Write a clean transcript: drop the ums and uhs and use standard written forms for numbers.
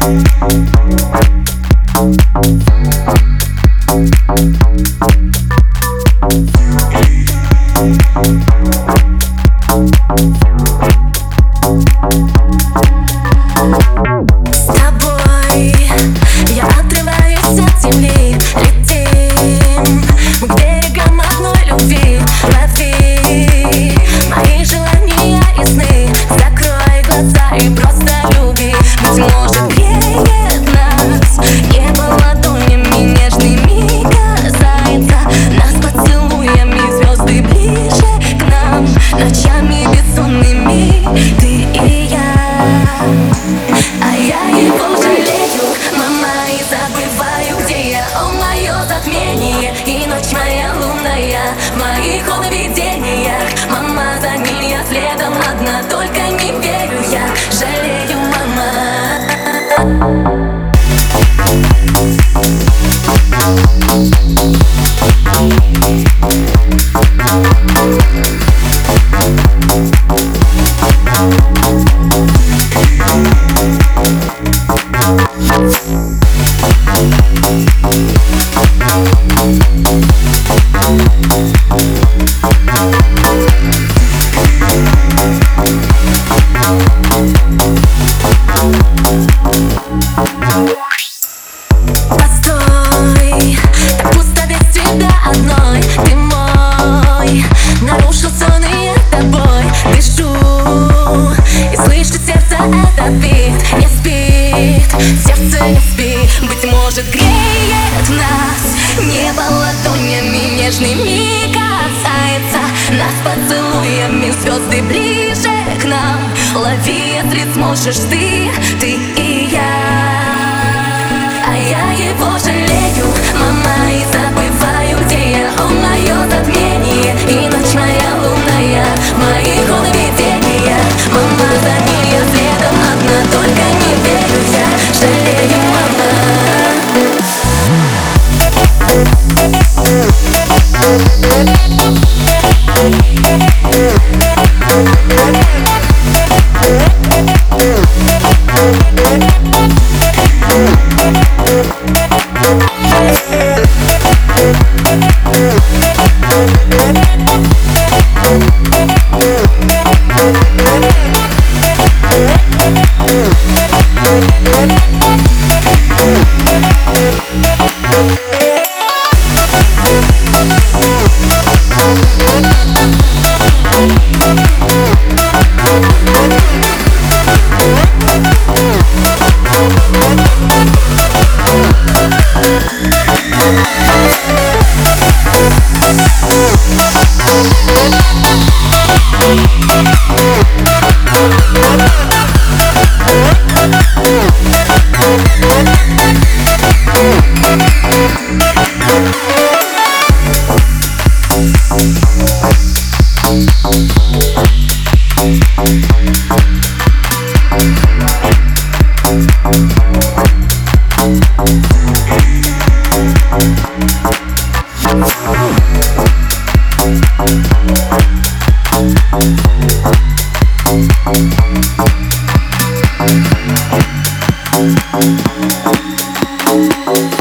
В моих видениях мама за ним, я следом одна. Только не верю я, жалею, мама. Постой, так пусто без тебя одной. Ты мой, нарушил сон, и я тобой дышу. И слышит сердце этот бит. Не спит, сердце не спит. Быть может, греет нас небо ладонями нежными касается нас поцелуями, звезды ближе к нам. Лови, если сможешь ты и я. А я его жалею, мама, и забываю, где я. Он мое затмение, и ночь моя лунная. В моих он видениях мама за ним, я следом одна. Только не верю я, жалею, We'll be right back.